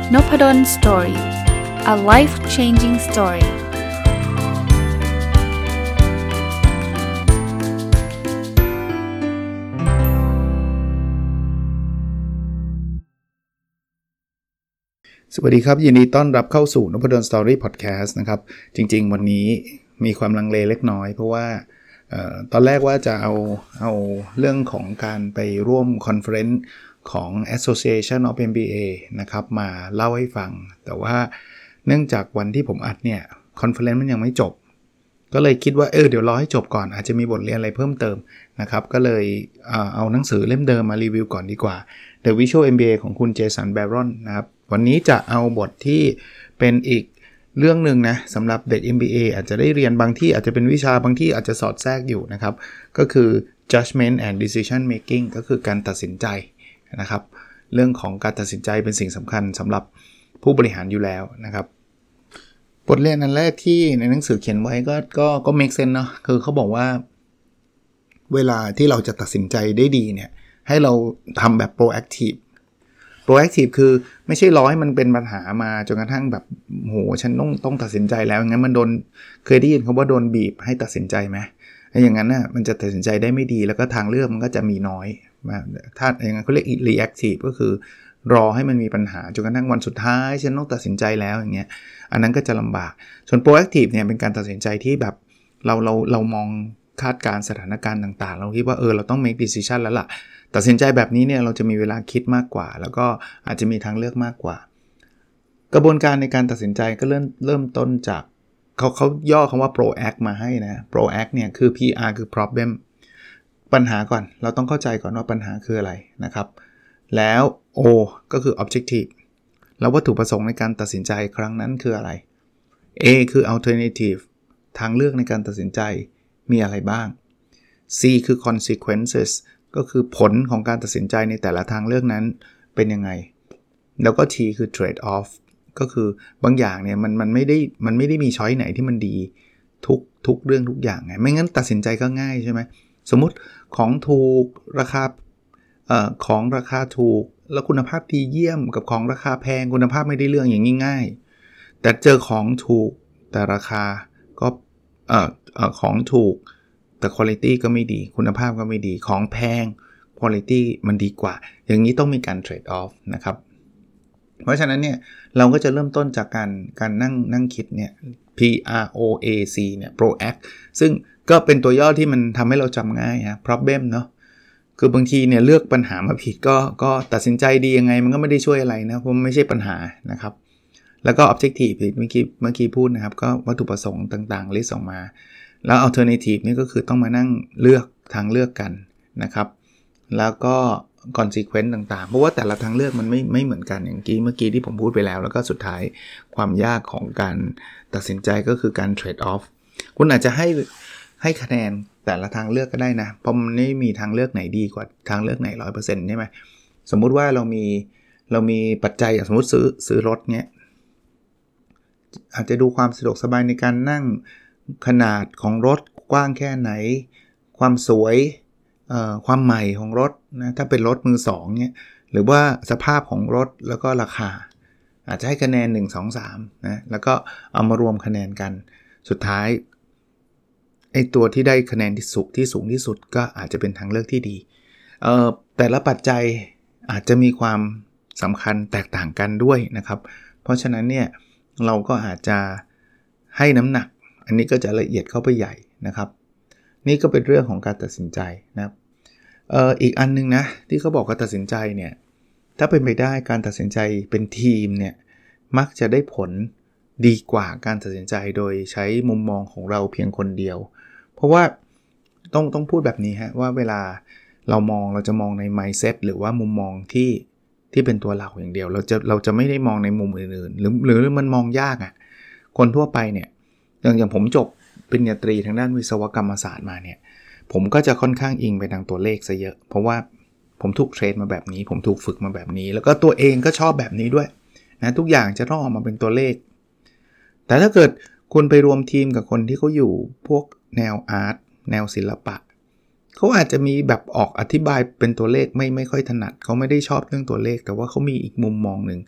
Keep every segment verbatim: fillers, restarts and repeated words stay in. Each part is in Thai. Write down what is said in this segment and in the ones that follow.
Nopadon Story. A life-changing story.สวัสดีครับยินดีต้อนรับเข้าสู่ Nopadon Story Podcast นะครับจริงๆวันนี้มีความลังเลเล็กน้อยเพราะว่าเอ่อตอนแรกว่าจะเอาเอาเรื่องของการไปร่วมคอนเฟอเรนซ์ของ Association of เอ็ม บี เอ นะครับมาเล่าให้ฟังแต่ว่าเนื่องจากวันที่ผมอัดเนี่ยคอนเฟอเรนซ์มันยังไม่จบก็เลยคิดว่าเออเดี๋ยวรอให้จบก่อนอาจจะมีบทเรียนอะไรเพิ่มเติมนะครับก็เลยเอ่อเอาหนังสือเล่มเดิมมารีวิวก่อนดีกว่า The Visual เอ็ม บี เอ ของคุณเจสันแบรอนนะครับวันนี้จะเอาบทที่เป็นอีกเรื่องนึงนะสำหรับเด็ก เอ็ม บี เอ อาจจะได้เรียนบางที่อาจจะเป็นวิชาบางที่อาจจะสอดแทรกอยู่นะครับก็คือ judgment and decision making ก็คือการตัดสินใจนะครับเรื่องของการตัดสินใจเป็นสิ่งสำคัญสำหรับผู้บริหารอยู่แล้วนะครับบทเรียนอันแรกที่ในหนังสือเขียนไว้ก็ก็ก็ make sense เนาะคือเขาบอกว่าเวลาที่เราจะตัดสินใจได้ดีเนี่ยให้เราทำแบบ proactive proactive คือไม่ใช่รอให้มันเป็นปัญหามาจนกระทั่งแบบโหฉันต้องต้องตัดสินใจแล้วงั้นมันโดนเคยได้ยินคำว่าโดนบีบให้ตัดสินใจไหมอย่างนั้นน่ะมันจะตัดสินใจได้ไม่ดีแล้วก็ทางเลือกมันก็จะมีน้อยถ้าอย่างนั้นเขาเรียก reactive ก็คือรอให้มันมีปัญหาจนกระทั่งวันสุดท้ายฉันต้องตัดสินใจแล้วอย่างเงี้ยอันนั้นก็จะลำบากส่วน proactive เนี่ยเป็นการตัดสินใจที่แบบเราเราเรามองคาดการสถานการณ์ต่างๆเราคิดว่าเออเราต้อง make decision แล้วล่ะตัดสินใจแบบนี้เนี่ยเราจะมีเวลาคิดมากกว่าแล้วก็อาจจะมีทางเลือกมากกว่ากระบวนการในการตัดสินใจก็เริ่มเริ่มต้นจากเขาเขาย่อคำว่า proact มาให้นะ proact เนี่ยคือ พี อาร์ คือ problem ปัญหาก่อนเราต้องเข้าใจก่อนว่าปัญหาคืออะไรนะครับแล้ว O ก็คือ objective แล้ววัตถุประสงค์ในการตัดสินใจครั้งนั้นคืออะไร A คือ alternative ทางเลือกในการตัดสินใจมีอะไรบ้าง C คือ consequencesก็คือผลของการตัดสินใจในแต่ละทางเลือกนั้นเป็นยังไงแล้วก็ T คือ trade off ก็คือบางอย่างเนี่ยมันมันไม่ได้มันไม่ได้มีช้อยไหนที่มันดีทุกทุกเรื่องทุกอย่างไงไม่งั้นตัดสินใจก็ง่ายใช่ไหมสมมุติของถูกราคาเอ่อของราคาถูกแล้วคุณภาพดีเยี่ยมกับของราคาแพงคุณภาพไม่ได้เรื่องอย่างนี้ง่ายแต่เจอของถูกแต่ราคาก็เอ่อเอ่อของถูกแต่ quality ก็ไม่ดีคุณภาพก็ไม่ดีของแพง quality มันดีกว่าอย่างนี้ต้องมีการ trade off นะครับเพราะฉะนั้นเนี่ยเราก็จะเริ่มต้นจากการการนั่งนั่งคิดเนี่ย P R O A C เนี่ย proact ซึ่งก็เป็นตัวย่อที่มันทำให้เราจำง่ายฮะ problem เนาะคือบางทีเนี่ยเลือกปัญหามาผิดก็ก็ตัดสินใจดียังไงมันก็ไม่ได้ช่วยอะไรนะเพราะมันไม่ใช่ปัญหานะครับแล้วก็ objective เมื่อกี้เมื่อกี้พูดนะครับก็วัตถุประสงค์ต่างๆ list ออกมาแล้ว alternative นี่ก็คือต้องมานั่งเลือกทางเลือกกันนะครับแล้วก็ consequence ต่างๆเพราะว่าแต่ละทางเลือกมันไม่ไม่เหมือนกันอย่างกี้เมื่อกี้ที่ผมพูดไปแล้วแล้วก็สุดท้ายความยากของการตัดสินใจก็คือการ trade off คุณอาจจะให้ให้คะแนนแต่ละทางเลือกก็ได้นะเพราะมันไม่มีทางเลือกไหนดีกว่าทางเลือกไหน ร้อยเปอร์เซ็นต์ ใช่ไหมสมมุติว่าเรามีเรามีปัจจัยอย่างสมมุติซื้อซื้อรถเนี้ยอาจจะดูความสะดวกสบายในการนั่งขนาดของรถกว้างแค่ไหนความสวยเอ่อความใหม่ของรถนะถ้าเป็นรถมือสองเนี่ยหรือว่าสภาพของรถแล้วก็ราคาอาจจะให้คะแนนหนึ่ง สอง สามนะแล้วก็เอามารวมคะแนนกันสุดท้ายไอ้ตัวที่ได้คะแนนที่สูงที่สูงที่สุดก็อาจจะเป็นทางเลือกที่ดีเอ่อแต่ละปัจจัยอาจจะมีความสำคัญแตกต่างกันด้วยนะครับเพราะฉะนั้นเนี่ยเราก็อาจจะให้น้ำหนักอันนี้ก็จะละเอียดเข้าไปใหญ่นะครับนี่ก็เป็นเรื่องของการตัดสินใจนะครับเอ่ออีกอันนึงนะที่เขาบอกการตัดสินใจเนี่ยถ้าเป็นไปได้การตัดสินใจเป็นทีมเนี่ยมักจะได้ผลดีกว่าการตัดสินใจโดยใช้มุมมองของเราเพียงคนเดียวเพราะว่าต้องต้องพูดแบบนี้ฮะว่าเวลาเรามองเราจะมองใน mindset หรือว่ามุมมองที่ที่เป็นตัวเราอย่างเดียวเราจะเราจะไม่ได้มองในมุมอื่นๆหรือหรือมันมองยากอ่ะคนทั่วไปเนี่ยอย่างอย่างผมจบปริญญาตรีทางด้านวิศวกรรมศาสตร์มาเนี่ยผมก็จะค่อนข้างอิงไปทางตัวเลขซะเยอะเพราะว่าผมถูกเทรนมาแบบนี้ผมถูกฝึกมาแบบนี้แล้วก็ตัวเองก็ชอบแบบนี้ด้วยนะทุกอย่างจะต้องออกมาเป็นตัวเลขแต่ถ้าเกิดคุณไปรวมทีมกับคนที่เขาอยู่พวกแนวอาร์ตแนวศิลปะเขาอาจจะมีแบบออกอธิบายเป็นตัวเลขไม่ไม่ค่อยถนัดเขาไม่ได้ชอบเรื่องตัวเลขแต่ว่าเขามีอีกมุมมองหนึ่ง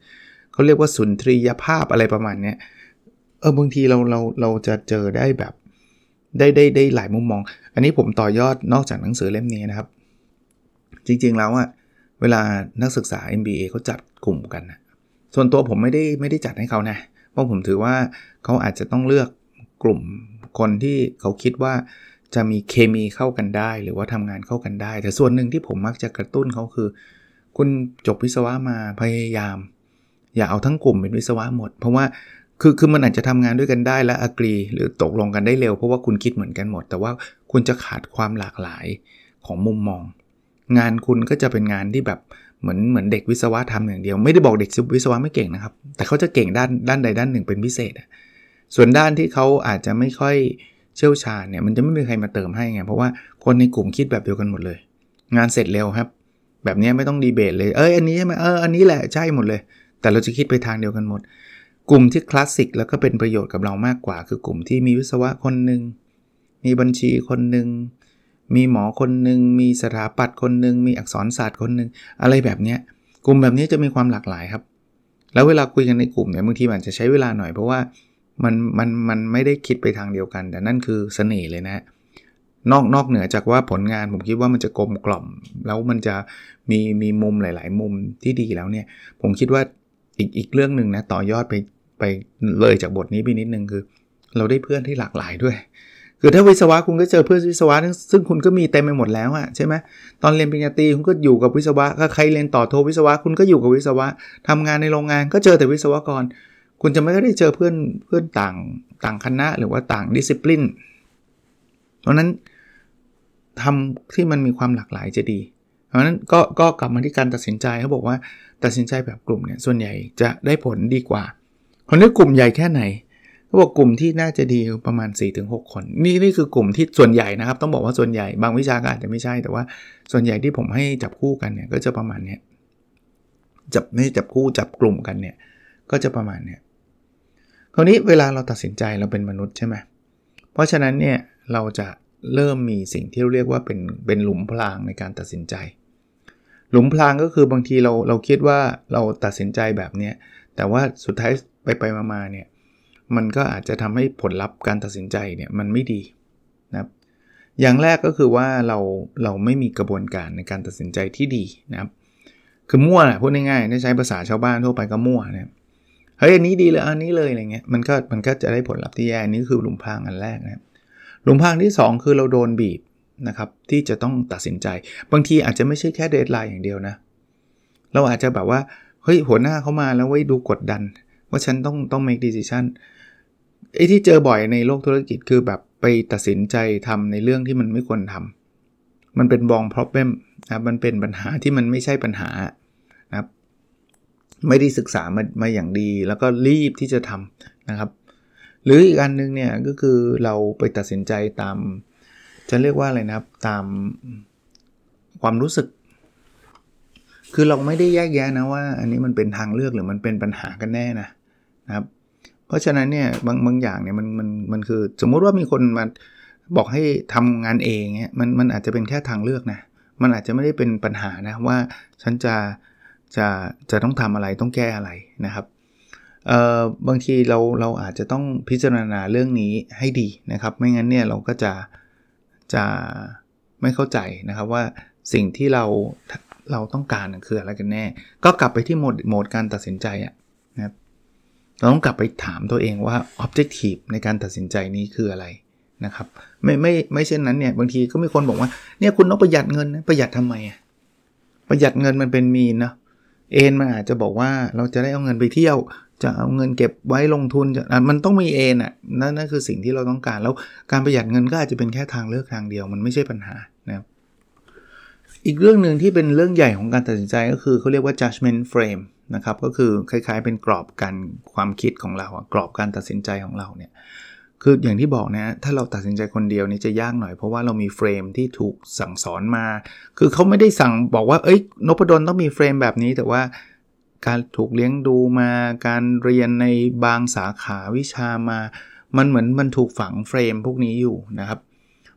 เขาเรียกว่าสุนทรียภาพอะไรประมาณนี้เออบางทีเราเราเราจะเจอได้แบบได้ได้ได้หลายมุมมองอันนี้ผมต่อยอดนอกจากหนังสือเล่มนี้นะครับจริงๆแล้วอะเวลานักศึกษา เอ็ม บี เอ เขาจัดกลุ่มกันนะส่วนตัวผมไม่ได้ไม่ได้จัดให้เขานะเพราะผมถือว่าเขาอาจจะต้องเลือกกลุ่มคนที่เขาคิดว่าจะมีเคมีเข้ากันได้หรือว่าทำงานเข้ากันได้แต่ส่วนหนึ่งที่ผมมักจะกระตุ้นเขาคือคุณจบวิศวะมาพยายามอย่าเอาทั้งกลุ่มเป็นวิศวะหมดเพราะว่าคือคือมันอาจจะทำงานด้วยกันได้และอักรีหรือตกลงกันได้เร็วเพราะว่าคุณคิดเหมือนกันหมดแต่ว่าคุณจะขาดความหลากหลายของมุมมองงานคุณก็จะเป็นงานที่แบบเหมือนเหมือนเด็กวิศวะทำอย่างเดียวไม่ได้บอกเด็กวิศวะไม่เก่งนะครับแต่เขาจะเก่งด้านด้านใดด้านหนึ่งเป็นพิเศษส่วนด้านที่เขาอาจจะไม่ค่อยเชี่ยวชาญเนี่ยมันจะไม่มีใครมาเติมให้ไงเพราะว่าคนในกลุ่มคิดแบบเดียวกันหมดเลยงานเสร็จเร็วครับแบบนี้ไม่ต้องดีเบตเลยเอ้ยอันนี้ใช่ไหมเอออันนี้แหละใช่หมดเลยแต่เราจะคิดไปทางเดียวกันหมดกลุ่มที่คลาสสิกแล้วก็เป็นประโยชน์กับเรามากกว่าคือกลุ่มที่มีวิศวะคนนึงมีบัญชีคนนึงมีหมอคนนึงมีสถาปัตย์คนนึงมีอักษรศาสตร์คนนึงอะไรแบบนี้กลุ่มแบบนี้จะมีความหลากหลายครับแล้วเวลาคุยกันในกลุ่มเนี่ยบางทีมันจะใช้เวลาหน่อยเพราะว่ามันมันมันไม่ได้คิดไปทางเดียวกันแต่นั่นคือเสน่ห์เลยนะนอกนอกเหนือจากว่าผลงานผมคิดว่ามันจะกลมกล่อมแล้วมันจะมีมีมุมหลายๆมุมที่ดีแล้วเนี่ยผมคิดว่าอีกอีกเรื่องนึงนะต่อยอดไปไปเลยจากบทนี้ไปนิดนึงคือเราได้เพื่อนที่หลากหลายด้วยคือถ้าวิศวะคุณก็เจอเพื่อนวิศวะซึ่งคุณก็มีเต็มไปหมดแล้วอะใช่ไหมตอนเรียนปริญญาตรีคุณก็อยู่กับวิศวะถ้าใครเรียนต่อโทวิศวะคุณก็อยู่กับวิศวะทำงานในโรงงานก็เจอแต่วิศวกรคุณจะไม่ได้เจอเพื่อนเพื่อนต่างต่างคณะหรือว่าต่างดิสซิปลินเพราะนั้นทำที่มันมีความหลากหลายจะดีเพราะนั้นก็ก็กลับมาที่การตัดสินใจเขาบอกว่าตัดสินใจแบบกลุ่มเนี่ยส่วนใหญ่จะได้ผลดีกว่าคนนี้กลุ่มใหญ่แค่ไหนเขาบอกกลุ่มที่น่าจะดีประมาณ สี่ถึงหก คนนี่นี่คือกลุ่มที่ส่วนใหญ่นะครับต้องบอกว่าส่วนใหญ่บางวิชาการอาจจะไม่ใช่แต่ว่าส่วนใหญ่ที่ผมให้จับคู่กันเนี่ยก็จะประมาณเนี้ยจับไม่จับคู่จับกลุ่มกันเนี่ยก็จะประมาณเนี้ยคราวนี้เวลาเราตัดสินใจเราเป็นมนุษย์ใช่ไหมเพราะฉะนั้นเนี่ยเราจะเริ่มมีสิ่งที่เรียกว่าเป็นเป็นหลุมพรางในการตัดสินใจหลุมพรางก็คือบางทีเราเราคิดว่าเราตัดสินใจแบบนี้แต่ว่าสุดท้ายไปไปมาๆเนี่ยมันก็อาจจะทำให้ผลลัพธ์การตัดสินใจเนี่ยมันไม่ดีนะครับอย่างแรกก็คือว่าเราเราไม่มีกระบวนการในการตัดสินใจที่ดีนะครับคือมั่วแหละพูดง่ายๆถ้าใช้ภาษาชาวบ้านทั่วไปก็มั่วนะเฮ้ยอันนี้ดีเลยอันนี้เลยอะไรเงี้ยมันก็มันก็จะได้ผลลัพธ์ที่แย่นี่คือหลุมพรางอันแรกนะครับหลุมพรางที่สองคือเราโดนบีบนะครับที่จะต้องตัดสินใจบางทีอาจจะไม่ใช่แค่เดดไลน์อย่างเดียวนะเราอาจจะแบบว่าเฮ้ยหัวหน้าเขามาแล้วไว้ดูกดดันว่าฉันต้องต้อง make decision ไอ้ที่เจอบ่อยในโลกธุรกิจคือแบบไปตัดสินใจทำในเรื่องที่มันไม่ควรทำมันเป็น wrong problem นะมันเป็นปัญหาที่มันไม่ใช่ปัญหานะครับไม่ได้ศึกษามามาอย่างดีแล้วก็รีบที่จะทำนะครับหรืออีกอันนึงเนี่ยก็คือเราไปตัดสินใจตามจะเรียกว่าอะไรนะครับตามความรู้สึกคือเราไม่ได้แยกแยะนะว่าอันนี้มันเป็นทางเลือกหรือมันเป็นปัญหากันแน่นะนะครับเพราะฉะนั้นเนี่ยบางบางอย่างเนี่ยมันมันมันคือสมมุติว่ามีคนมาบอกให้ทำงานเองเนี่ยมันมันอาจจะเป็นแค่ทางเลือกนะมันอาจจะไม่ได้เป็นปัญหานะว่าฉันจะจะจะต้องทำอะไรต้องแก้อะไรนะครับเอ่อบางทีเราเราอาจจะต้องพิจารณาเรื่องนี้ให้ดีนะครับไม่งั้นเนี่ยเราก็จะจะไม่เข้าใจนะครับว่าสิ่งที่เราเราต้องการคืออะไรกันแน่ก็กลับไปที่โหมดโหมดการตัดสินใจอ่ะนะครับเราต้องกลับไปถามตัวเองว่า objective ในการตัดสินใจนี้คืออะไรนะครับไม่ไม่ไม่เช่นนั้นเนี่ยบางทีก็มีคนบอกว่าเนี่ยคุณต้องประหยัดเงินนะประหยัดทำไมอ่ะประหยัดเงินมันเป็นมีนนะเอ็นมันอาจจะบอกว่าเราจะได้เอาเงินไปเที่ยวจะเอาเงินเก็บไว้ลงทุนจะมันต้องมีเอ็นอ่ะนั่นนั่นคือสิ่งที่เราต้องการแล้วการประหยัดเงินก็อาจจะเป็นแค่ทางเลือกทางเดียวมันไม่ใช่ปัญหานะครับอีกเรื่องนึงที่เป็นเรื่องใหญ่ของการตัดสินใจก็คือเขาเรียกว่า judgment frame นะครับก็คือคล้ายๆเป็นกรอบการความคิดของเรากรอบการตัดสินใจของเราเนี่ยคืออย่างที่บอกนะถ้าเราตัดสินใจคนเดียวนี่จะยากหน่อยเพราะว่าเรามีเฟรมที่ถูกสั่งสอนมาคือเขาไม่ได้สั่งบอกว่าเอ้ยนพดลต้องมีเฟรมแบบนี้แต่ว่าการถูกเลี้ยงดูมาการเรียนในบางสาขาวิชามามันเหมือนมันถูกฝังเฟรมพวกนี้อยู่นะครับ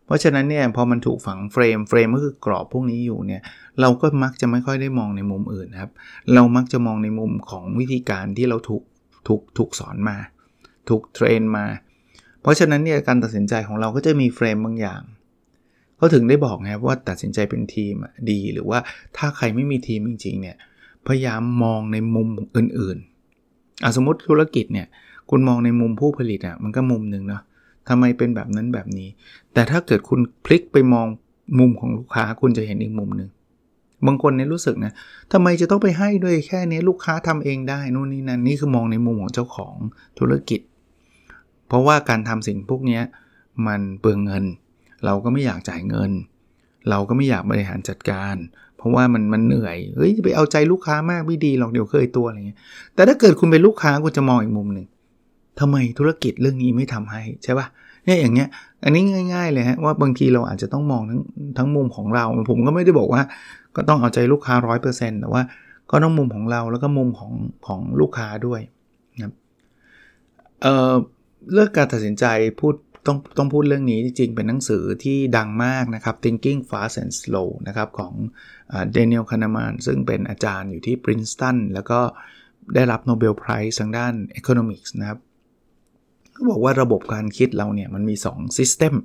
เพราะฉะนั้นเนี่ยพอมันถูกฝังเฟรมเฟรมก็คือกรอบพวกนี้อยู่เนี่ยเราก็มักจะไม่ค่อยได้มองในมุมอื่นครับเรามักจะมองในมุมของวิธีการที่เราถูกถูกถูกสอนมาถูกเทรนมาเพราะฉะนั้นเนี่ยการตัดสินใจของเราก็จะมีเฟรมบางอย่างเขาถึงได้บอกนะครับว่าตัดสินใจเป็นทีมดีหรือว่าถ้าใครไม่มีทีมจริงๆเนี่ยพยายามมองในมุมอื่นๆอ่ะสมมติธุรกิจเนี่ยคุณมองในมุมผู้ผลิตอ่ะมันก็มุมนึงเนาะทำไมเป็นแบบนั้นแบบนี้แต่ถ้าเกิดคุณพลิกไปมองมุมของลูกค้าคุณจะเห็นอีกมุมนึงบางคนเนี่ยรู้สึกนะทำไมจะต้องไปให้ด้วยแค่นี้ลูกค้าทำเองได้นู่นนี่นั่นนี่คือมองในมุมของเจ้าของธุรกิจเพราะว่าการทำสิ่งพวกนี้มันเปลืองเงินเราก็ไม่อยากจ่ายเงินเราก็ไม่อยากบริหารจัดการเพราะว่ามันมันเหนื่อยเฮ้ยจะไปเอาใจลูกค้ามากไม่ดีหรอกเดี๋ยวเคยตัวอะไรเงี้ยแต่ถ้าเกิดคุณเป็นลูกค้าคุณจะมองอีกมุมนึงทำไมธุรกิจเรื่องนี้ไม่ทำให้ใช่ป่ะเนี่ยอย่างเงี้ยอันนี้ง่ายๆเลยฮะว่าบางทีเราอาจจะต้องมองทั้งทั้งมุมของเราผมก็ไม่ได้บอกว่าก็ต้องเอาใจลูกค้า ร้อยเปอร์เซ็นต์ แต่ว่าก็ต้องมุมของเราแล้วก็มุมของของลูกค้าด้วยนะครับเอ่อเรื่องการตัดสินใจพูดต้องต้องพูดเรื่องนี้จริงๆเป็นหนังสือที่ดังมากนะครับ Thinking Fast and Slow นะครับของอ่า Daniel Kahneman ซึ่งเป็นอาจารย์อยู่ที่ Princeton แล้วก็ได้รับ Nobel Prize ทางด้าน Economics นะครับเขาบอกว่าระบบการคิดเราเนี่ยมันมีสอง System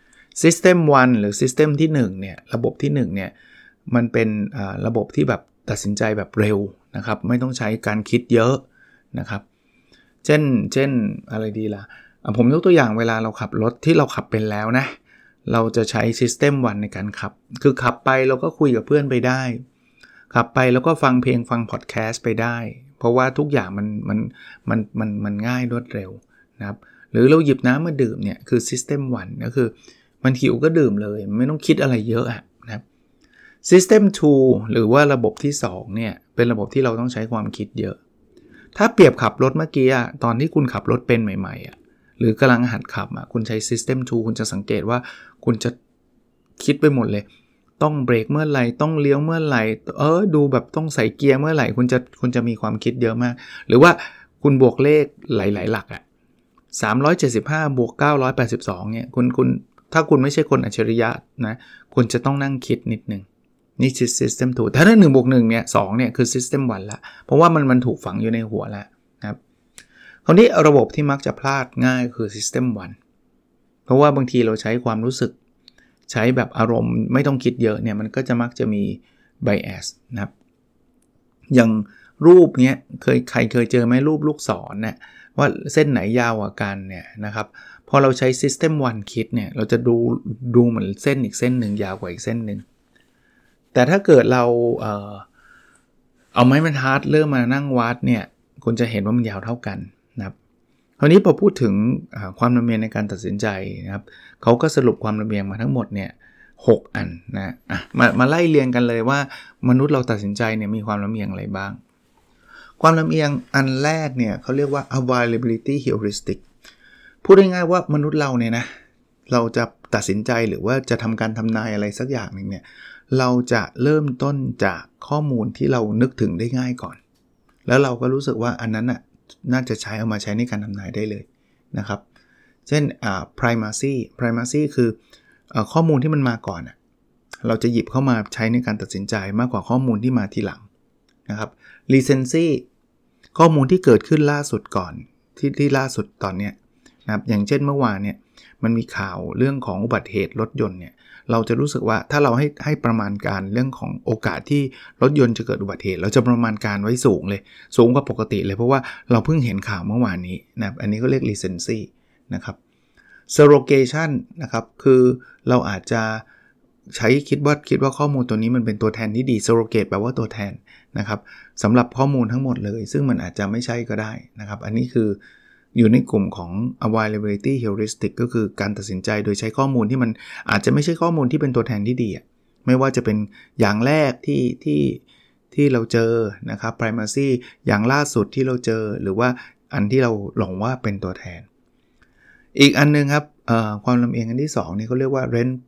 System หนึ่งหรือ System ที่หนึ่งเนี่ยระบบที่หนึ่งเนี่ยมันเป็นอ่าระบบที่แบบตัดสินใจแบบเร็วนะครับไม่ต้องใช้การคิดเยอะนะครับเช่นเช่นอะไรดีล่ะผมยกตัวอย่างเวลาเราขับรถที่เราขับเป็นแล้วนะเราจะใช้ System หนึ่งในการขับคือขับไปเราก็คุยกับเพื่อนไปได้ขับไปแล้วก็ฟังเพลงฟังพอดแคสต์ไปได้เพราะว่าทุกอย่างมันมันมันมันมันง่ายรวดเร็วนะครับหรือเราหยิบน้ำมาดื่มเนี่ยคือ System หนึ่งก็คือมันหิวก็ดื่มเลยไม่ต้องคิดอะไรเยอะอะนะครับ System สองหรือว่าระบบที่สองเนี่ยเป็นระบบที่เราต้องใช้ความคิดเยอะถ้าเปรียบขับรถเมื่อกี้ตอนที่คุณขับรถเป็นใหม่ๆอ่ะหรือกำลังหัดขับอ่ะคุณใช้ System สองคุณจะสังเกตว่าคุณจะคิดไปหมดเลยต้องเบรกเมื่อไหร่ต้องเลี้ยวเมื่อไหร่เออดูแบบต้องใส่เกียร์เมื่อไหร่คุณจะคุณจะมีความคิดเยอะมากหรือว่าคุณบวกเลขหลายๆหลักอ่ะสามร้อยเจ็ดสิบห้าบวกเก้าร้อยแปดสิบสองเนี่ยคุณคุณถ้าคุณไม่ใช่คนอัจฉริยะนะคุณจะต้องนั่งคิดนิดนึงนี่คือ System สองถ้าหนึ่งบวกหนึ่งเนี่ยสองเนี่ยคือ System หนึ่งละเพราะว่ามันมันถูกฝังอยู่ในหัวแล้วนะครับคราวนี้ระบบที่มักจะพลาดง่ายคือ System หนึ่งเพราะว่าบางทีเราใช้ความรู้สึกใช้แบบอารมณ์ไม่ต้องคิดเยอะเนี่ยมันก็จะมักจะมี bias นะครับอย่างรูปเนี้ยเคยใครเคยเจอไหมรูปลูกศรเนี่ยว่าเส้นไหนยาวกว่ากันเนี่ยนะครับพอเราใช้ System หนึ่งคิดเนี่ยเราจะดูดูเหมือนเส้นอีกเส้นหนึ่งยาวกว่าอีกเส้นหนึ่งแต่ถ้าเกิดเราเอ่อเอาไม้บรรทัดเริ่มมานั่งวัดเนี่ยคุณจะเห็นว่ามันยาวเท่ากันนะครับคราวนี้พอพูดถึงความลำเอียงในการตัดสินใจนะครับเขาก็สรุปความลำเอียงมาทั้งหมดเนี่ยหกอันนะอ่ะมามาไล่เรียงกันเลยว่ามนุษย์เราตัดสินใจเนี่ยมีความลำเอียงอะไรบ้างความลำเอียงอันแรกเนี่ยเขาเรียกว่า availability heuristic พูดง่ายๆว่ามนุษย์เราเนี่ยนะเราจะตัดสินใจหรือว่าจะทำการทำนายอะไรสักอย่างนึงเนี่ยเราจะเริ่มต้นจากข้อมูลที่เรานึกถึงได้ง่ายก่อนแล้วเราก็รู้สึกว่าอันนั้นน่ะน่าจะใช้เอามาใช้ในการทำนายได้เลยนะครับเช่นอ่า primacy primacy คืออ่าข้อมูลที่มันมาก่อนน่ะเราจะหยิบเข้ามาใช้ในการตัดสินใจมากกว่าข้อมูลที่มาทีหลังนะครับ recency ข้อมูลที่เกิดขึ้นล่าสุดก่อนที่ที่ล่าสุดตอนเนี้ยนะครับอย่างเช่นเมื่อวานเนี่ยมันมีข่าวเรื่องของอุบัติเหตุรถยนต์เนี่ยเราจะรู้สึกว่าถ้าเราให้ให้ประมาณการเรื่องของโอกาสที่รถยนต์จะเกิดอุบัติเหตุเราจะประมาณการไว้สูงเลยสูงกว่าปกติเลยเพราะว่าเราเพิ่งเห็นข่าวเมื่อวานนี้นะครับอันนี้ก็เรียก recency นะครับ surrogation นะครับคือเราอาจจะใช้คิดว่าคิดว่าข้อมูลตัวนี้มันเป็นตัวแทนที่ดี surrogate แปลว่าตัวแทนนะครับสำหรับข้อมูลทั้งหมดเลยซึ่งมันอาจจะไม่ใช่ก็ได้นะครับอันนี้คืออยู่ในกลุ่มของ availability heuristic ก็คือการตัดสินใจโดยใช้ข้อมูลที่มันอาจจะไม่ใช่ข้อมูลที่เป็นตัวแทนที่ดีไม่ว่าจะเป็นอย่างแรกที่ที่ที่เราเจอนะครับ primacy อย่างล่าสุดที่เราเจอหรือว่าอันที่เราหลงว่าเป็นตัวแทนอีกอันนึงครับความลำเอียงอันที่สองนี่เขาเรียกว่า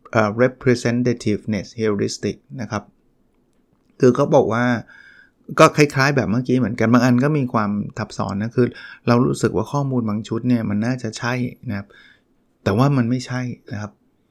representativeness heuristic นะครับคือเขาบอกว่าก็คล้ายๆแบบเมื่อกี้เหมือนกันบางอันก็มีความทับซ้อนนะคือเรารู้สึกว่าข้อมูลบางชุดเนี่ยมันน่าจะใช่นะครับแต่ว่ามันไม่ใช่นะครับ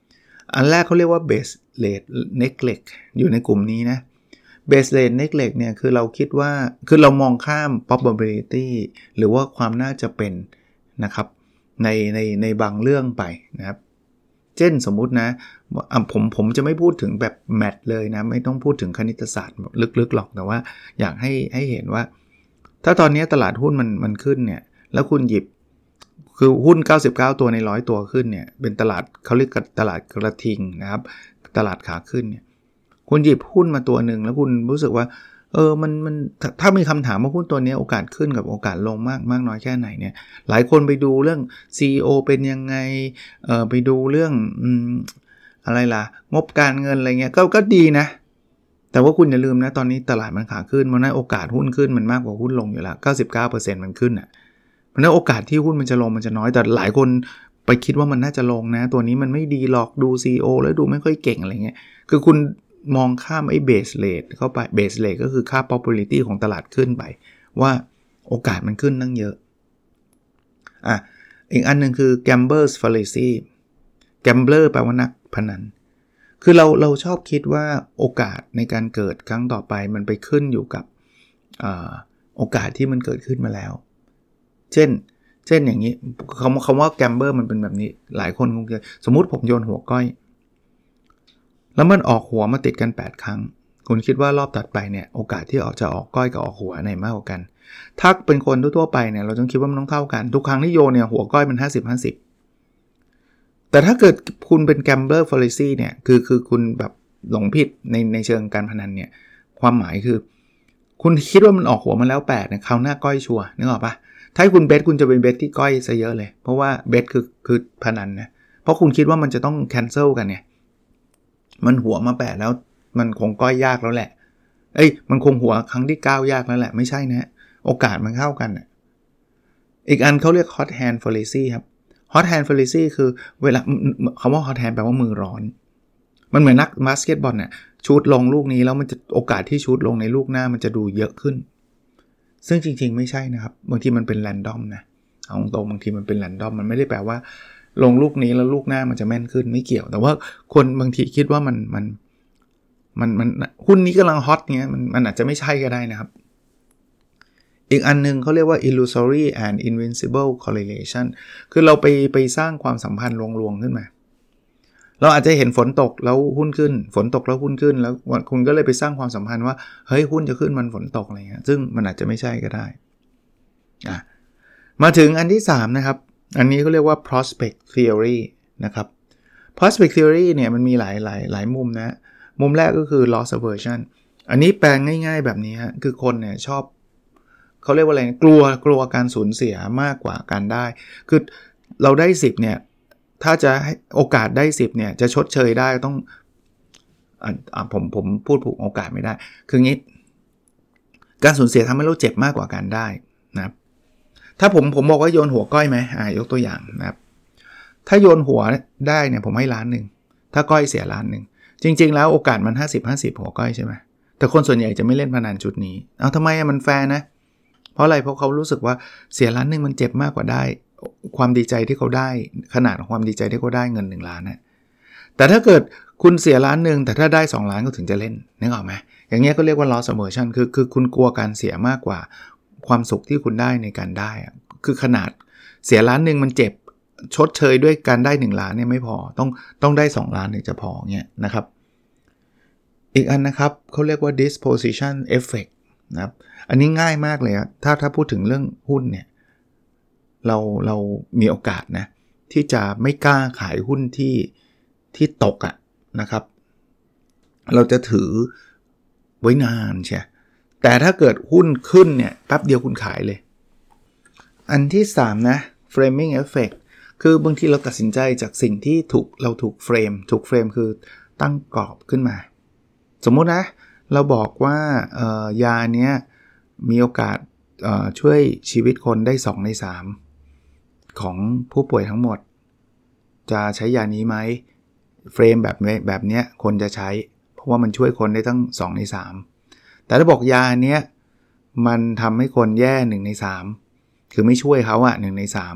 อันแรกเขาเรียกว่า base rate neglect อยู่ในกลุ่มนี้นะ base rate neglect เนี่ยคือเราคิดว่าคือเรามองข้าม probability หรือว่าความน่าจะเป็นนะครับในในในบางเรื่องไปนะครับเช่นสมมุตินะผมผมจะไม่พูดถึงแบบแมทเลยนะไม่ต้องพูดถึงคณิตศาสตร์ลึกๆหรอกแต่ว่าอยากให้ให้เห็นว่าถ้าตอนนี้ตลาดหุ้นมันมันขึ้นเนี่ยแล้วคุณหยิบคือหุ้นเก้าสิบเก้าตัวในหนึ่งร้อยตัวขึ้นเนี่ยเป็นตลาดเขาเรียกตลาดกระทิงนะครับตลาดขาขึ้นเนี่ยคุณหยิบหุ้นมาตัวนึงแล้วคุณรู้สึกว่าเออมันมันถ้ามีคำถามว่าหุ้นตัวนี้โอกาสขึ้นกับโอกาสลงมากมากน้อยแค่ไหนเนี่ยหลายคนไปดูเรื่อง ซี อี โอ เป็นยังไงเอ่อไปดูเรื่องอืมอะไรล่ะงบการเงินอะไรเงี้ยก็ก็ดีนะแต่ว่าคุณอย่าลืมนะตอนนี้ตลาดมันขาขึ้นมันนั้นโอกาสหุ้นขึ้นมันมากกว่าหุ้นลงอยู่แล้ว เก้าสิบเก้าเปอร์เซ็นต์ มันขึ้นอ่ะเพราะนั้นโอกาสที่หุ้นมันจะลงมันจะน้อยแต่หลายคนไปคิดว่ามันน่าจะลงนะตัวนี้มันไม่ดีหรอกดู ซี อี โอ แล้วดูไม่ค่อยเก่งอะไรเงี้ยคือคุณมองข้ามไอ้ base rate เข้าไป base rate ก็คือค่า probability ของตลาดขึ้นไปว่าโอกาสมันขึ้นตั้งเยอะอ่ะอีกอันนึงคือ gambler's fallacy gambler แปลว่านักพนันคือเราเราชอบคิดว่าโอกาสในการเกิดครั้งต่อไปมันไปขึ้นอยู่กับอ่าโอกาสที่มันเกิดขึ้นมาแล้วเช่นเช่นอย่างนี้คำคำว่า gambler มันเป็นแบบนี้หลายคนคงจะสมมุติผมโยนหัวก้อยแล้วมันออกหัวมาติดกันแปดครั้งคุณคิดว่ารอบถัดไปเนี่ยโอกาสที่ออกจะออกก้อยกับออกหัวไหนมากกว่ากันถ้าเป็นคนทั่วๆไปเนี่ยเราต้องคิดว่ามันต้องเท่ากันทุกครั้งที่โยนเนี่ยหัวก้อยมันห้าสิบ ห้าสิบแต่ถ้าเกิดคุณเป็น gambler fallacy เนี่ยคือคือคุณแบบหลงผิดในในเชิงการพนันเนี่ยความหมายคือคุณคิดว่ามันออกหัวมาแล้วแปดเนี่ยคราวหน้าก้อยชัวร์นึกออกปะถ้าคุณเบสคุณจะเป็นเบสที่ก้อยซะเยอะเลยเพราะว่าเบสคือคือพนันนะเพราะคุณคิดว่ามันจะต้อง cancel กันเนี่ยมันหัวมาแปดแล้วมันคงก้อยยากแล้วแหละเอ้ยมันคงหัวครั้งที่เก้ายากแล้วแหละไม่ใช่นะโอกาสมันเข้ากันน่ะอีกอันเขาเรียก hot hand fallacy ครับ hot hand fallacy คือเวลาคำว่า hot hand แปลว่ามือร้อนมันเหมือนนักบาสเกตบอลเนี่ยชูตลงลูกนี้แล้วมันจะโอกาสที่ชูตลงในลูกหน้ามันจะดูเยอะขึ้นซึ่งจริงๆไม่ใช่นะครับบางทีมันเป็นแรนดอมนะเอาตรงบางทีมันเป็นแรนดอมมันไม่ได้แปลว่าลงลูกนี้แล้วลูกหน้ามันจะแม่นขึ้นไม่เกี่ยวแต่ว่าคนบางทีคิดว่ามันมันมันมันหุ้นนี้กำลังฮอตเงี้ยมันมันอาจจะไม่ใช่ก็ได้นะครับอีกอันนึงเขาเรียกว่า illusory and invincible correlation คือเราไปไปสร้างความสัมพันธ์ลวงๆขึ้นมาเราอาจจะเห็นฝนตกแล้วหุ้นขึ้นฝนตกแล้วหุ้นขึ้นแล้วคุณก็เลยไปสร้างความสัมพันธ์ว่าเฮ้ยหุ้นจะขึ้นมันฝนตกอะไรเงี้ยซึ่งมันอาจจะไม่ใช่ก็ได้อ่ะมาถึงอันที่สามนะครับอันนี้เขาเรียกว่า prospect theory นะครับ prospect theory เนี่ยมันมีหลายหลายหลายมุมนะมุมแรกก็คือ loss aversion อันนี้แปลงง่ายๆแบบนี้ฮะคือคนเนี่ยชอบเขาเรียกว่าอะไรกลัวกลัวการสูญเสียมากกว่าการได้คือเราได้สิบเนี่ยถ้าจะให้โอกาสได้สิบเนี่ยจะชดเชยได้ต้องอ่าผมผมพูดผูกโอกาสไม่ได้คืองี้การสูญเสียทำให้เราเจ็บมากกว่าการได้นะครับถ้าผมผมบอกว่าโยนหัวก้อยไหมอ่ายกตัวอย่างนะครับถ้าโยนหัวได้เนี่ยผมให้ล้านหนึ่งถ้าก้อยเสียล้านหนึ่งจริงๆแล้วโอกาสมันห้าสิบ ห้าสิบหัวก้อยใช่ไหมแต่คนส่วนใหญ่จะไม่เล่นพนันชุดนี้เอาทำไมมันแฟร์นะเพราะอะไรเพราะเขารู้สึกว่าเสียล้านหนึ่งมันเจ็บมากกว่าได้ความดีใจที่เขาได้ขนาดของความดีใจที่เขาได้เงินหนึ่งล้านนะแต่ถ้าเกิดคุณเสียล้านหนึ่งแต่ถ้าได้สองล้านก็ถึงจะเล่นนึกออกไหมอย่างเงี้ยก็เรียกว่า loss aversion คือคือคุณกลัวการเสียมากกว่าความสุขที่คุณได้ในการได้คือขนาดเสียล้านหนึ่งมันเจ็บชดเชยด้วยการได้หนึ่งล้านเนี่ยไม่พอต้องต้องได้สองล้านถึงจะพอเงี้ยนะครับอีกอันนะครับเขาเรียกว่า disposition effect นะครับอันนี้ง่ายมากเลยครับถ้าถ้าพูดถึงเรื่องหุ้นเนี่ยเราเรามีโอกาสนะที่จะไม่กล้าขายหุ้นที่ที่ตกอ่ะนะครับเราจะถือไว้นานใช่แต่ถ้าเกิดหุ้นขึ้นเนี่ยแป๊บเดียวคุณขายเลยอันที่สามนะ framing effect คือบางทีเราตัดสินใจจากสิ่งที่ถูกเราถูกเฟรมถูกเฟรมคือตั้งกรอบขึ้นมาสมมุตินะเราบอกว่ายาเนี้ยมีโอกาสช่วยชีวิตคนได้สองในสามของผู้ป่วยทั้งหมดจะใช้ยานี้ไหมเฟรมแบบแบบเนี้ยคนจะใช้เพราะว่ามันช่วยคนได้ตั้งสองในสามแต่ถ้าบอกยาเนี้ยมันทำให้คนแย่หนึ่งในสามคือไม่ช่วยเขาอะหนึ่งในสาม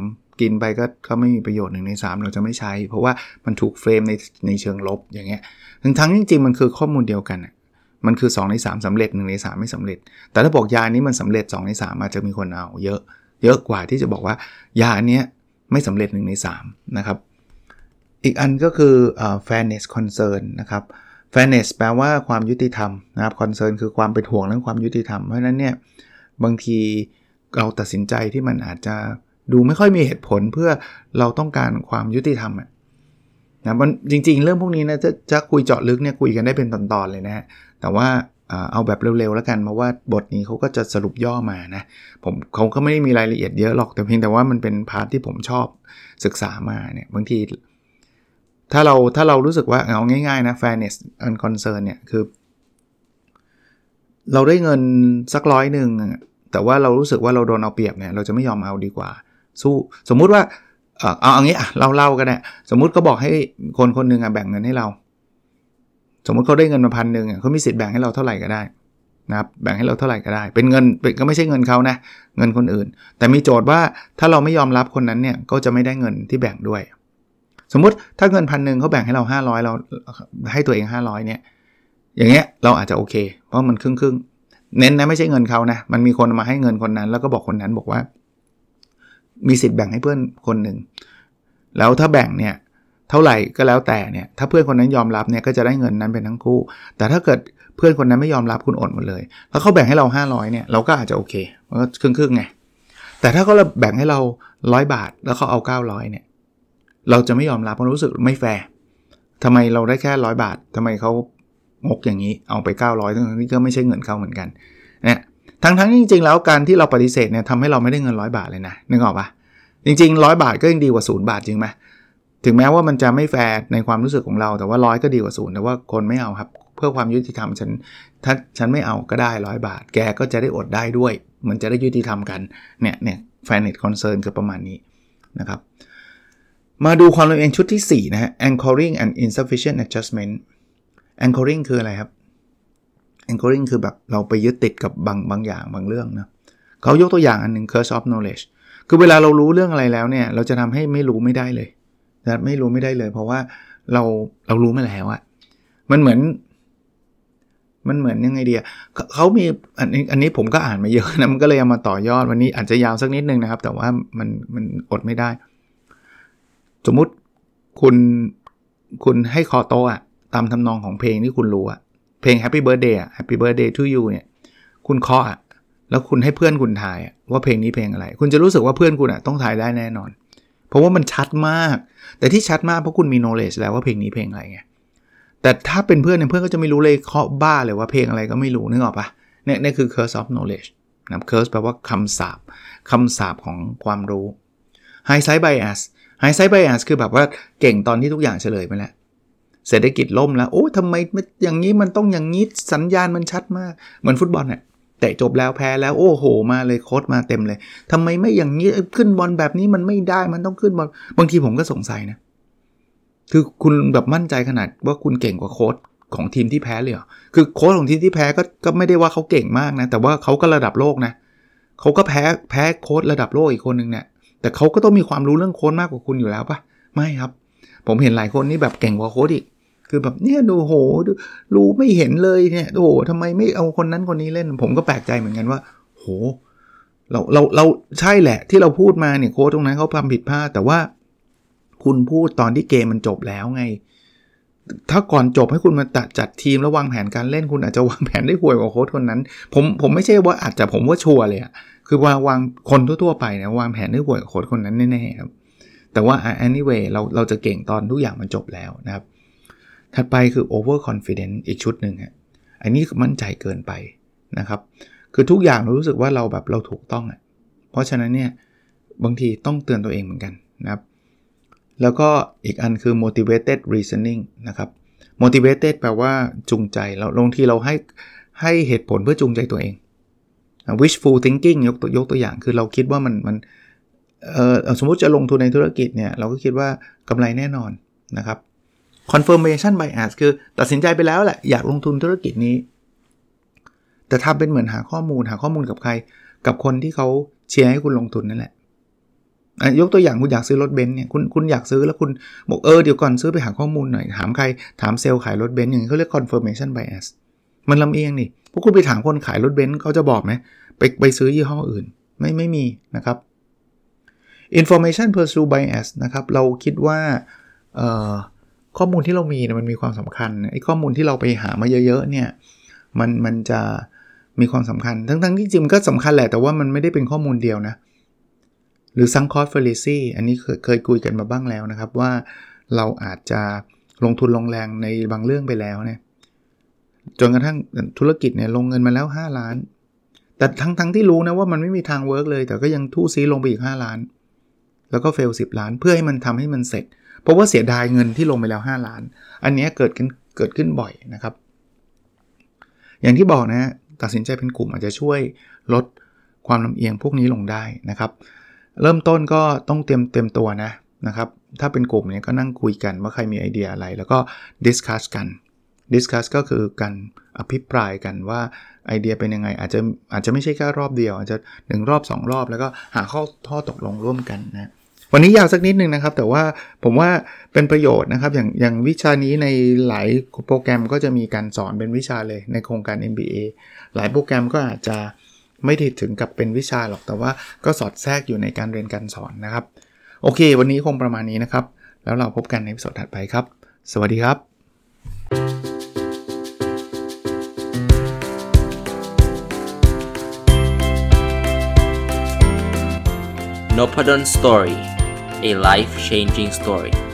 กินไปก็ก็ไม่มีประโยชน์หนึ่งในสามเราจะไม่ใช้เพราะว่ามันถูกเฟรมในในเชิงลบอย่างเงี้ยทั้งๆจริงๆมันคือข้อมูลเดียวกันมันคือสองในสามสำเร็จหนึ่งในสามไม่สำเร็จแต่ถ้าบอกยานี้มันสำเร็จสองในสามอาจจะมีคนเอาเยอะเยอะกว่าที่จะบอกว่ายาอันเนี้ยไม่สำเร็จหนึ่งในสามนะครับอีกอันก็คือเอ่อ fairness concern นะครับ fairness แปลว่าความยุติธรรมนะครับ concern คือความเป็นห่วงเรื่องความยุติธรรมเพราะฉะนั้นเนี่ยบางทีเราตัดสินใจที่มันอาจจะดูไม่ค่อยมีเหตุผลเพื่อเราต้องการความยุติธรรมอ่ะนะมันจริงๆเรื่องพวกนี้นะจะจะคุยเจาะลึกเนี่ยคุยกันได้เป็นตอนๆเลยนะฮะแต่ว่าเอาแบบเร็วๆแล้วกันเพราะว่าบทนี้เขาก็จะสรุปย่อมานะผมเขาก็ไม่ได้มีรายละเอียดเยอะหรอกแต่เพียงแต่ว่ามันเป็นพาร์ทที่ผมชอบศึกษามาเนี่ยบางทีถ้าเราถ้าเรารู้สึกว่าเอาง่ายๆนะ fairness and concern เนี่ยคือเราได้เงินสักร้อยนึงแต่ว่าเรารู้สึกว่าเราโดนเอาเปรียบเนี่ยเราจะไม่ยอมเอาดีกว่าสู้สมมุติว่าเอาเอางี้อ่ะเล่าๆกันเนี่ยสมมุติเขาบอกให้คนคนนึงอ่ะแบ่งเงินให้เราสมมุติเขาได้เงินมาพันหนึ่งอ่ะเขามีสิทธิ์แบ่งให้เราเท่าไหร่ก็ได้นะครับแบ่งให้เราเท่าไหร่ก็ได้เป็นเงินก็ไม่ใช่เงินเขานะเงินคนอื่นแต่มีโจทย์ว่าถ้าเราไม่ยอมรับคนนั้นเนี่ยก็จะไม่ได้เงินที่แบ่งด้วยสมมุติถ้าเงินพันหนึ่งเขาแบ่งให้เราห้าร้อยเราให้ตัวเองห้าร้อยเนี่ยอย่างเงี้ยเราอาจจะโอเคเพราะมันครึ่งๆเน้นนะไม่ใช่เงินเขานะมันมีคนมาให้เงินคนนั้นแล้วก็บอกคนนั้นบอกว่ามีสิทธิ์แบ่งให้เพื่อนคนหนึ่งแล้วถ้าแบ่งเนี่ยเท่าไหร่ก็แล้วแต่เนี่ยถ้าเพื่อนคนนั้นยอมรับเนี่ยก็จะได้เงินนั้นเป็นทั้งคู่แต่ถ้าเกิดเพื่อนคนนั้นไม่ยอมรับคุณอดหมดเลยแล้วเขาแบ่งให้เราห้าร้อยเนี่ยเราก็อาจจะโอเคมันก็ครึ่งๆไงแต่ถ้าเขาแบ่งให้เราหนึ่งร้อยบาทแล้วเขาเอาเก้าร้อยเนี่ยเราจะไม่ยอมรับเพราะรู้สึกไม่แฟร์ทำไมเราได้แค่หนึ่งร้อยบาททำไมเขางกอย่างนี้เอาไปเก้าร้อยทั้งๆที่ก็ไม่ใช่เงินเขาเหมือนกันเนี่ยทั้งๆจริงๆแล้วการที่เราปฏิเสธเนี่ยทำให้เราไม่ได้เงินหนึ่งร้อยบาทเลยนะนึกออกปะจริงๆหนึ่งร้อยบาทก็ยังดีกว่าศูนย์บาทจริงไหมถึงแม้ว่ามันจะไม่แฟร์ในความรู้สึกของเราแต่ว่าร้อยก็ดีกว่าศูนย์แต่ว่าคนไม่เอาครับเพื่อความยุติธรรมฉันถ้าฉันไม่เอาก็ได้หนึ่งร้อยบาทแกก็จะได้อดได้ด้วยมันจะได้ยุติธรรมกันเนี่ยเนี่ย fairness concern คือประมาณนี้นะครับมาดูความละเอียดชุดที่สี่นะฮะ anchoring and insufficient adjustment anchoring คืออะไรครับ anchoring คือแบบเราไปยึดติดกับบางบางอย่างบางเรื่องนะเขายกตัวอย่างอันนึง curse of knowledge คือเวลาเรารู้เรื่องอะไรแล้วเนี่ยเราจะทำให้ไม่รู้ไม่ได้เลยนะไม่รู้ไม่ได้เลยเพราะว่าเราเรารู้มาแล้วอะมันเหมือนมันเหมือนยังไงดีอ่ะเขามีอันนี้อันนี้ผมก็อ่านมาเยอะนะมันก็เลยเอามาต่อยอดวันนี้อาจจะยาวสักนิดนึงนะครับแต่ว่ามันมันอดไม่ได้สมมุติคุณคุณให้คอโต้อะตามทำนองของเพลงที่คุณรู้อะเพลง Happy Birthday อะ Happy Birthday to you เนี่ยคุณเคาะอะแล้วคุณให้เพื่อนคุณทายว่าเพลงนี้เพลงอะไรคุณจะรู้สึกว่าเพื่อนคุณอะต้องทายได้แน่นอนเพราะว่ามันชัดมากแต่ที่ชัดมากเพราะคุณมี knowledge แล้วว่าเพลงนี้เพลงอะไรไงแต่ถ้าเป็นเพื่อนเนี่ยเพื่อนก็จะไม่รู้เลยเคาะบ้าเลยว่าเพลงอะไรก็ไม่รู้นึกออกปะเนี่ยนี่คือ curse of knowledge นะ curse แปลว่าคำสาปคำสาปของความรู้ hindsight bias hindsight bias คือแบบว่าเก่งตอนที่ทุกอย่างเฉลยไปแล้วเศรษฐกิจล่มแล้วโอ้ทำไมอย่างนี้มันต้องอย่างนี้สัญญาณมันชัดมากเหมือนฟุตบอลเนี่ยเตะจบแล้วแพ้แล้วโอ้โหมาเลยโค้ชมาเต็มเลยทำไมไม่อย่างนี้ขึ้นบอลแบบนี้มันไม่ได้มันต้องขึ้นบอลบางทีผมก็สงสัยนะคือคุณแบบมั่นใจขนาดว่าคุณเก่งกว่าโค้ชของทีมที่แพ้เลยเหรอคือโค้ชของทีมที่แพ้ก็ก็ไม่ได้ว่าเขาเก่งมากนะแต่ว่าเขาก็ระดับโลกนะเขาก็แพ้แพ้โค้ชระดับโลกอีกคนนึงเนี่ยแต่เขาก็ต้องมีความรู้เรื่องโค้ชมากกว่าคุณอยู่แล้วปะไม่ครับผมเห็นหลายคนนี่แบบเก่งกว่าโค้ชอีกคือแบบเนี่ยดูโหรู้ไม่เห็นเลยเนี่ยโอ้โหทำไมไม่เอาคนนั้นคนนี้เล่นผมก็แปลกใจเหมือนกันว่าโหเราเราเราใช่แหละที่เราพูดมาเนี่ยโค้ชตรงนั้นเขาทำผิดพลาดแต่ว่าคุณพูดตอนที่เกมมันจบแล้วไงถ้าก่อนจบให้คุณมาตัดจัดทีมแล้ววางแผนการเล่นคุณอาจจะวางแผนได้ห่วยกว่าโค้ชคนนั้นผมผมไม่ใช่ว่าอาจจะผมว่าชัวร์เลยอะคือว่าวางคนทั่วๆไปเนี่ยวางแผนได้ห่วยกว่าโค้ชคนนั้นแน่ๆครับแต่ว่า anyway เราเราจะเก่งตอนทุกอย่างมันจบแล้วนะครับถัดไปคือ over confidence อีกชุดหนึ่งฮะอันนี้มั่นใจเกินไปนะครับคือทุกอย่างเรารู้สึกว่าเราแบบเราถูกต้องอ่ะเพราะฉะนั้นเนี่ยบางทีต้องเตือนตัวเองเหมือนกันนะครับแล้วก็อีกอันคือ motivated reasoning นะครับ motivated แปลว่าจูงใจเราบางทีเราให้ให้เหตุผลเพื่อจูงใจตัวเอง wishful thinking ยกตัวยกตัวอย่างคือเราคิดว่ามันมันเอ่อสมมุติจะลงทุนในธุรกิจเนี่ยเราก็คิดว่ากำไรแน่นอนนะครับconfirmation bias คือตัดสินใจไปแล้วแหละอยากลงทุนธุรกิจนี้แต่ทำเป็นเหมือนหาข้อมูลหาข้อมูลกับใครกับคนที่เขาเชียร์ให้คุณลงทุนนั่นแหละยกตัวอย่างคุณอยากซื้อรถเบนซ์เนี่ยคุณคุณอยากซื้อแล้วคุณบอกเออเดี๋ยวก่อนซื้อไปหาข้อมูลหน่อยถามใครถามเซลล์ขายรถเบนซ์อย่างนี้เขาเรียก confirmation bias มันลำเอียงนี่พวกคุณไปถามคนขายรถเบนซ์เขาจะบอกไหมไปไปซื้อยี่ห้ออื่นไม่ไม่มีนะครับ information pursuit bias นะครับเราคิดว่าเอ่อข้อมูลที่เรามีเนี่ยมันมีความสำคัญไอ้ข้อมูลที่เราไปหามาเยอะๆเนี่ยมันมันจะมีความสำคัญทั้งๆที่จริงก็สำคัญแหละแต่ว่ามันไม่ได้เป็นข้อมูลเดียวนะหรือ sunk cost fallacy อันนี้เคยเคยคุยกันมาบ้างแล้วนะครับว่าเราอาจจะลงทุนลงแรงในบางเรื่องไปแล้วเนี่ยจนกระทั่งธุรกิจเนี่ยลงเงินมาแล้วห้าล้านแต่ทั้งทั้งที่รู้นะว่ามันไม่มีทางเวิร์กเลยแต่ก็ยังทู่ซีลงไปอีกห้าล้านแล้วก็เฟลสิบล้านเพื่อให้มันทำให้มันเสร็จเพราะว่าเสียดายเงินที่ลงไปแล้วห้าล้านอันนี้เกิดขึ้นเกิดขึ้นบ่อยนะครับอย่างที่บอกนะตัดสินใจเป็นกลุ่มอาจจะช่วยลดความลำเอียงพวกนี้ลงได้นะครับเริ่มต้นก็ต้องเตรียมเตรียมตัวนะนะครับถ้าเป็นกลุ่มเนี่ยก็นั่งคุยกันว่าใครมีไอเดียอะไรแล้วก็ดิสคัสกันดิสคัสก็คือการอภิปรายกันว่าไอเดียเป็นยังไงอาจจะอาจจะไม่ใช่แค่รอบเดียวอาจจะหนึ่งรอบสองรอบแล้วก็หาข้อข้อตกลงร่วมกันนะวันนี้ยาวสักนิดนึงนะครับแต่ว่าผมว่าเป็นประโยชน์นะครับอย่างอย่างวิชานี้ในหลายโปรแกรมก็จะมีการสอนเป็นวิชาเลยในโครงการ เอ็ม บี เอ หลายโปรแกรมก็อาจจะไม่ได้ถึงกับเป็นวิชาหรอกแต่ว่าก็สอดแทรกอยู่ในการเรียนการสอนนะครับโอเควันนี้คงประมาณนี้นะครับแล้วเราพบกันในตอนถัดไปครับสวัสดีครับ Nopadon Story, a life-changing story.